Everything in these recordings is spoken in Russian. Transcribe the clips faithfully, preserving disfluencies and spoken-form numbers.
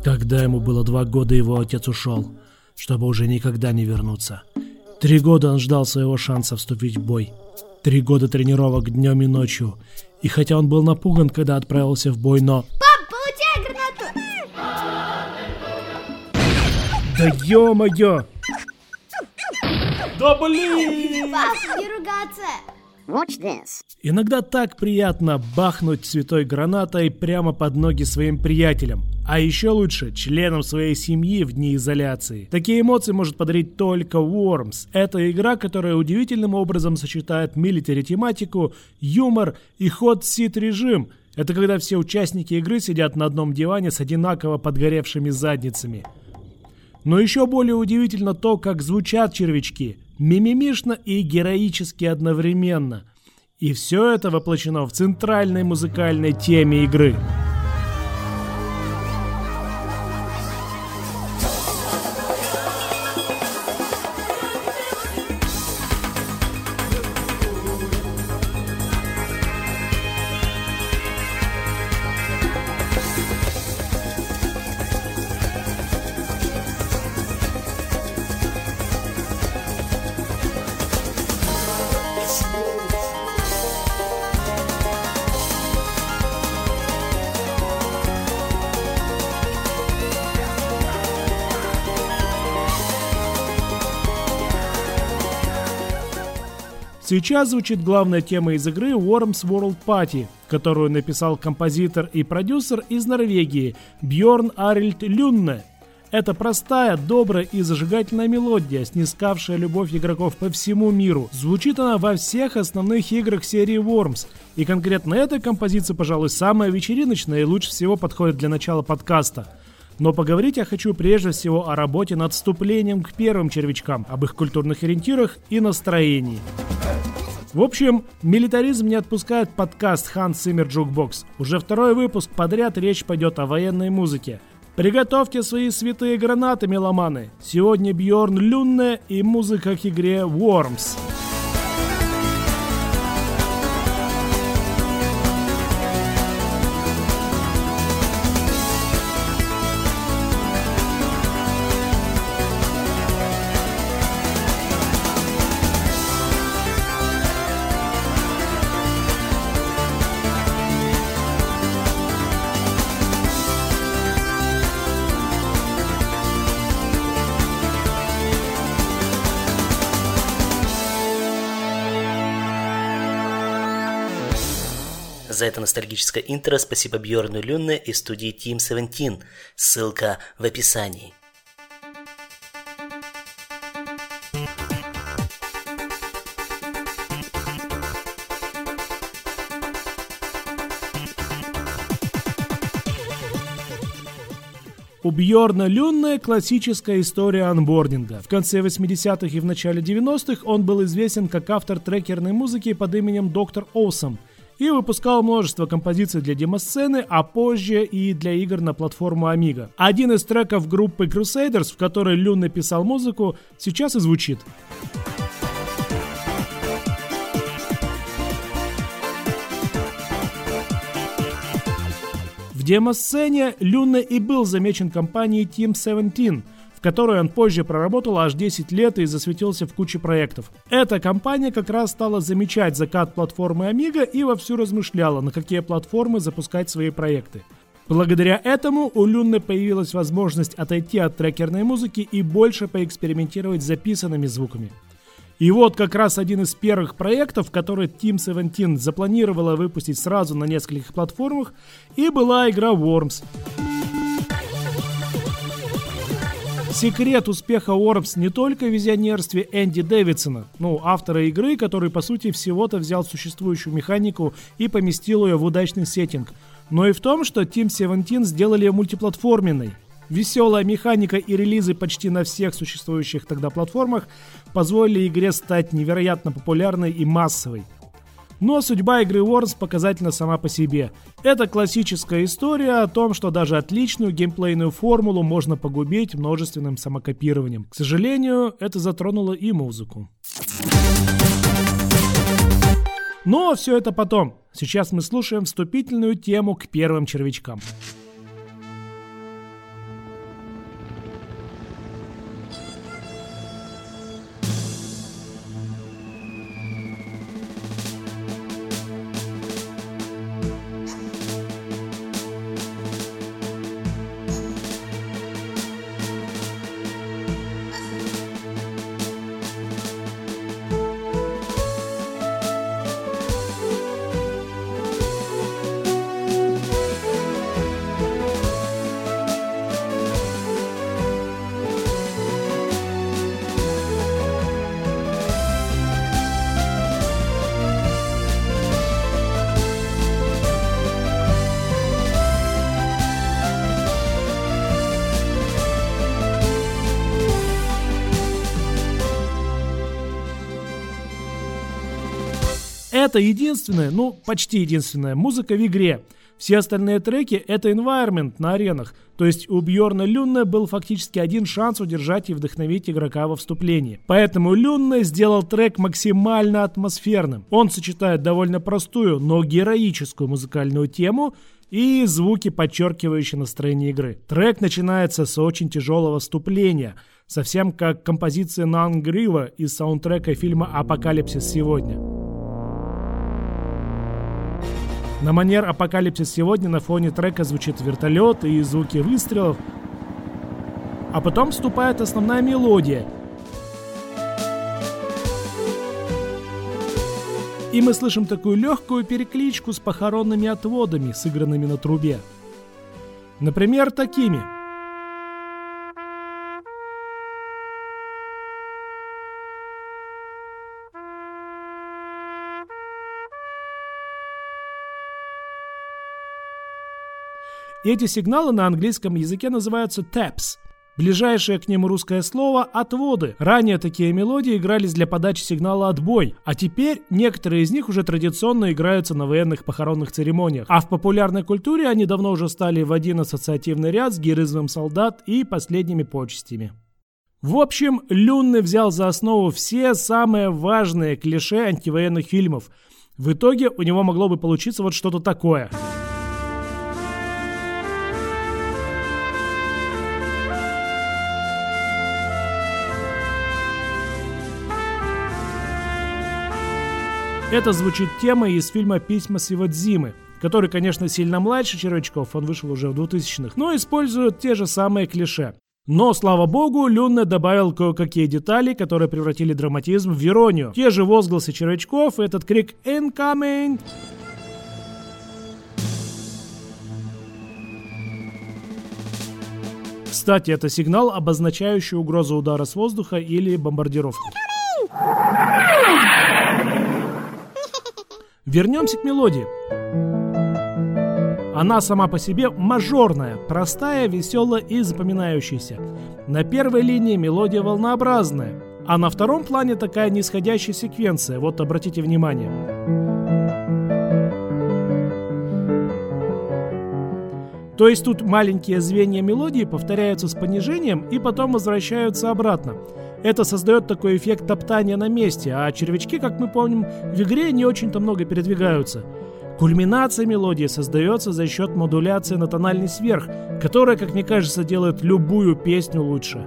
Когда ему было два года, его отец ушел, чтобы уже никогда не вернуться. Три года он ждал своего шанса вступить в бой. Три года тренировок днем и ночью. И хотя он был напуган, когда отправился в бой, но... Пап, получай гранату! Да ё-моё! Да блин! Пап, не ругаться! Watch this. Иногда так приятно бахнуть святой гранатой прямо под ноги своим приятелям. А еще лучше членам своей семьи в дни изоляции. Такие эмоции может подарить только Worms. Это игра, которая удивительным образом сочетает милитари-тематику, юмор и хот-сит режим. Это когда все участники игры сидят на одном диване с одинаково подгоревшими задницами. Но еще более удивительно то, как звучат червячки. Мимимишно и героически одновременно. И все это воплощено в центральной музыкальной теме игры. Сейчас звучит главная тема из игры Worms World Party, которую написал композитор и продюсер из Норвегии Бьорн Арильд Люнне. Это простая, добрая и зажигательная мелодия, снискавшая любовь игроков по всему миру. Звучит она во всех основных играх серии Worms, и конкретно эта композиция, пожалуй, самая вечериночная и лучше всего подходит для начала подкаста. Но поговорить я хочу прежде всего о работе над вступлением к первым червячкам, об их культурных ориентирах и настроении. В общем, милитаризм не отпускает подкаст Hans Zimmer Jukebox. Уже второй выпуск подряд речь пойдет о военной музыке. Приготовьте свои святые гранаты, меломаны. Сегодня Бьорн Люнне и музыка к игре Worms. За это ностальгическое интро спасибо Бьорну Люнне и студии Team семнадцать. Ссылка в описании. У Бьорна Люнне классическая история анбординга. В конце восьмидесятых и в начале девяностых он был известен как автор трекерной музыки под именем доктор Awesome и выпускал множество композиций для демосцены, а позже и для игр на платформу Amiga. Один из треков группы Crusaders, в которой Люнне писал музыку, сейчас и звучит. В демосцене Люнне и был замечен компанией Team семнадцать, в которой он позже проработал аж десять лет и засветился в куче проектов. Эта компания как раз стала замечать закат платформы Amiga и вовсю размышляла, на какие платформы запускать свои проекты. Благодаря этому у Люнне появилась возможность отойти от трекерной музыки и больше поэкспериментировать с записанными звуками. И вот как раз один из первых проектов, который Team семнадцать запланировала выпустить сразу на нескольких платформах, и была игра Worms. Секрет успеха Worms не только в визионерстве Энди Дэвидсона, ну, автора игры, который по сути всего-то взял существующую механику и поместил ее в удачный сеттинг, но и в том, что Team семнадцать сделали ее мультиплатформенной. Веселая механика и релизы почти на всех существующих тогда платформах позволили игре стать невероятно популярной и массовой. Но судьба игры Worms показательна сама по себе. Это классическая история о том, что даже отличную геймплейную формулу можно погубить множественным самокопированием. К сожалению, это затронуло и музыку. Но все это потом. Сейчас мы слушаем вступительную тему к первым червячкам. это единственная, ну почти единственная музыка в игре. Все остальные треки — это environment на аренах, то есть у Бьорна Люнне был фактически один шанс удержать и вдохновить игрока во вступлении. Поэтому Люнне сделал трек максимально атмосферным. Он сочетает довольно простую, но героическую музыкальную тему и звуки, подчеркивающие настроение игры. Трек начинается с очень тяжелого вступления, совсем как композиция Нангрива из саундтрека фильма «Апокалипсис сегодня». На манер «Апокалипсис сегодня» на фоне трека звучит вертолет и звуки выстрелов, а потом вступает основная мелодия. И мы слышим такую легкую перекличку с похоронными отводами, сыгранными на трубе. Например, такими. Эти сигналы на английском языке называются taps. Ближайшее к нему русское слово – отводы. Ранее такие мелодии игрались для подачи сигнала «отбой», а теперь некоторые из них уже традиционно играются на военных похоронных церемониях. А в популярной культуре они давно уже стали в один ассоциативный ряд с героизмом солдат и последними почестями. В общем, Люнне взял за основу все самые важные клише антивоенных фильмов. В итоге у него могло бы получиться вот что-то такое. Это звучит тема из фильма «Письма с Иводзимы», который, конечно, сильно младше «Червячков», он вышел уже в двухтысячных, но использует те же самые клише. Но, слава богу, Люнне добавил кое-какие детали, которые превратили драматизм в иронию. Те же возгласы червячков и этот крик «Incoming!». Кстати, это сигнал, обозначающий угрозу удара с воздуха или бомбардировки. Вернемся к мелодии. Она сама по себе мажорная, простая, веселая и запоминающаяся. На первой линии мелодия волнообразная, а на втором плане такая нисходящая секвенция. Вот обратите внимание. То есть тут маленькие звенья мелодии повторяются с понижением и потом возвращаются обратно. Это создает такой эффект топтания на месте, а червячки, как мы помним, в игре не очень-то много передвигаются. Кульминация мелодии создается за счет модуляции на тональный сверх, которая, как мне кажется, делает любую песню лучше.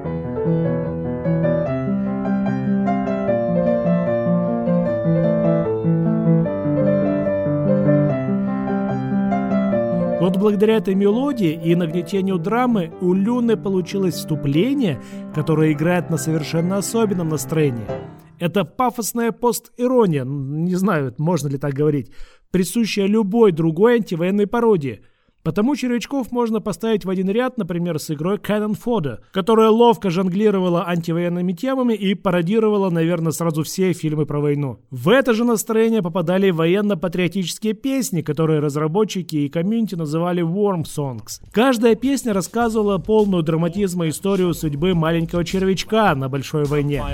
Вот благодаря этой мелодии и нагнетению драмы у Люнне получилось вступление, которое играет на совершенно особенном настроении. Это пафосная пост-ирония, не знаю, можно ли так говорить, присущая любой другой антивоенной пародии. Потому червячков можно поставить в один ряд, например, с игрой Cannon Fodder, которая ловко жонглировала антивоенными темами и пародировала, наверное, сразу все фильмы про войну. В это же настроение попадали военно-патриотические песни, которые разработчики и комьюнити называли Worm Songs. Каждая песня рассказывала полную драматизма историю судьбы маленького червячка на большой войне.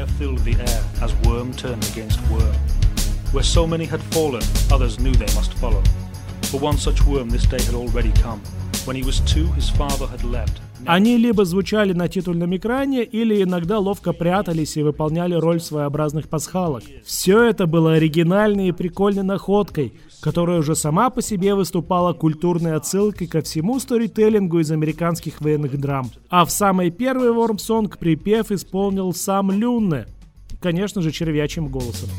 Они либо звучали на титульном экране, или иногда ловко прятались и выполняли роль своеобразных пасхалок. Все это было оригинальной и прикольной находкой, которая уже сама по себе выступала культурной отсылкой ко всему сторителлингу из американских военных драм. А в самой первой Worm Song припев исполнил сам Люнне, конечно же, червячьим голосом.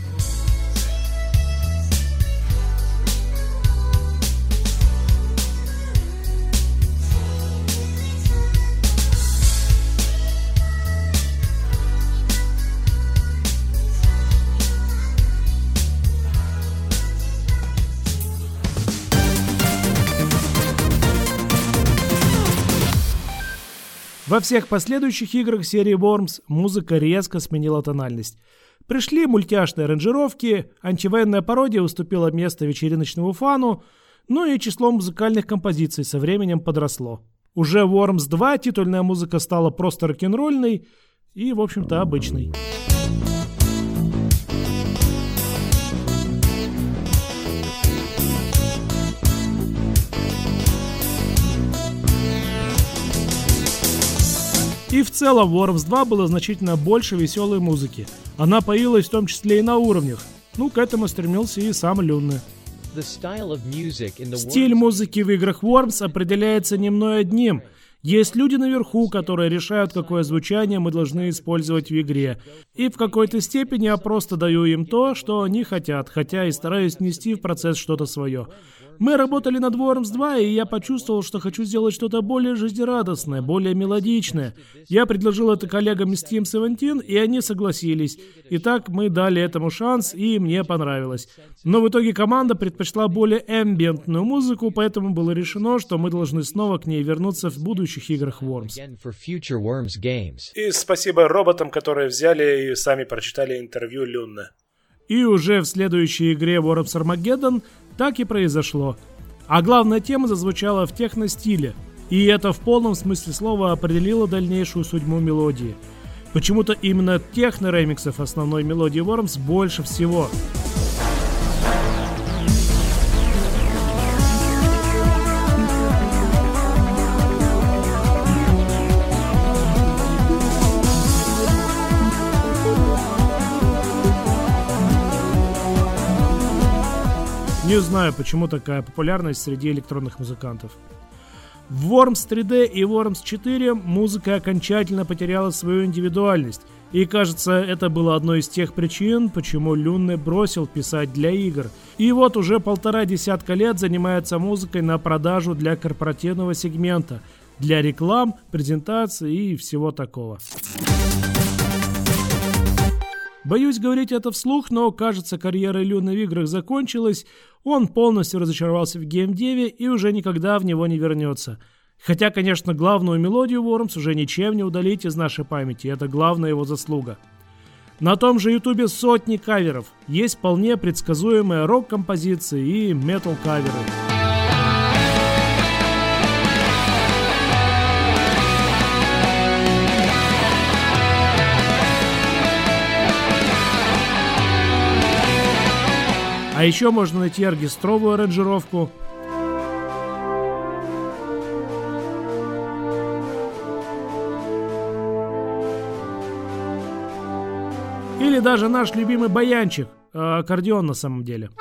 Во всех последующих играх серии Worms музыка резко сменила тональность. Пришли мультяшные аранжировки, антивоенная пародия уступила место вечериночному фану, ну и число музыкальных композиций со временем подросло. Уже в Worms два титульная музыка стала просто рок-н-ролльной и, в общем-то, обычной. И в целом в Worms два было значительно больше веселой музыки. Она появилась в том числе и на уровнях. Ну, к этому стремился и сам Люнне. Стиль музыки в играх Worms определяется не мной одним. Есть люди наверху, которые решают, какое звучание мы должны использовать в игре. И в какой-то степени я просто даю им то, что они хотят, хотя и стараюсь внести в процесс что-то свое. Мы работали над Worms два, и я почувствовал, что хочу сделать что-то более жизнерадостное, более мелодичное. Я предложил это коллегам из Team семнадцать, и они согласились. Итак, мы дали этому шанс, и мне понравилось. Но в итоге команда предпочла более эмбиентную музыку, поэтому было решено, что мы должны снова к ней вернуться в будущих играх Worms. И спасибо роботам, которые взяли и сами прочитали интервью Люнне. И уже в следующей игре Worms Armageddon так и произошло. А главная тема зазвучала в техно-стиле. И это в полном смысле слова определило дальнейшую судьбу мелодии. Почему-то именно техно-ремиксов основной мелодии Worms больше всего. Не знаю, почему такая популярность среди электронных музыкантов. В Worms три дэ и Worms четыре музыка окончательно потеряла свою индивидуальность. И кажется, это было одной из тех причин, почему Люнне бросил писать для игр. И вот уже полтора десятка лет занимается музыкой на продажу для корпоративного сегмента, для реклам, презентаций и всего такого. Боюсь говорить это вслух, но, кажется, карьера Люнне в играх закончилась, он полностью разочаровался в геймдеве и уже никогда в него не вернется. Хотя, конечно, главную мелодию Worms уже ничем не удалить из нашей памяти, это главная его заслуга. На том же ютубе сотни каверов, есть вполне предсказуемые рок-композиции и метал-каверы. А еще можно найти оркестровую аранжировку. Или даже наш любимый баянчик, аккордеон на самом деле.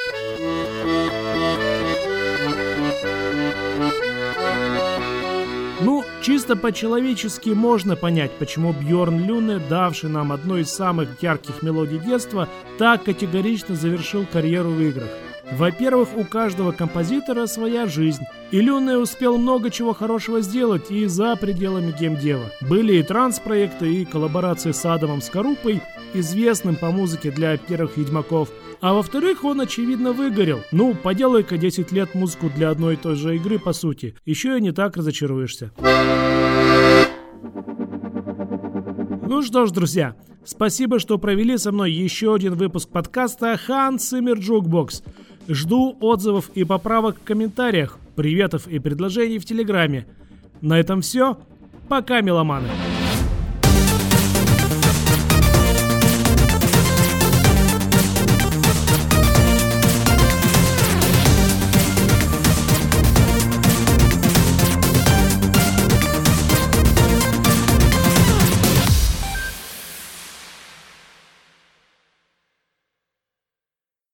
Ну, чисто по-человечески можно понять, почему Бьорн Люнне, давший нам одну из самых ярких мелодий детства, так категорично завершил карьеру в играх. Во-первых, у каждого композитора своя жизнь, и Люнне успел много чего хорошего сделать и за пределами геймдева. Были и транс-проекты, и коллаборации с Адамом Скорупой, известным по музыке для первых Ведьмаков. А во-вторых, он, очевидно, выгорел. Ну, поделай-ка десять лет музыку для одной и той же игры, по сути. Еще и не так разочаруешься. Ну что ж, друзья, спасибо, что провели со мной еще один выпуск подкаста Hans Zimmer Jukebox. Жду отзывов и поправок в комментариях, приветов и предложений в Телеграме. На этом все. Пока, меломаны.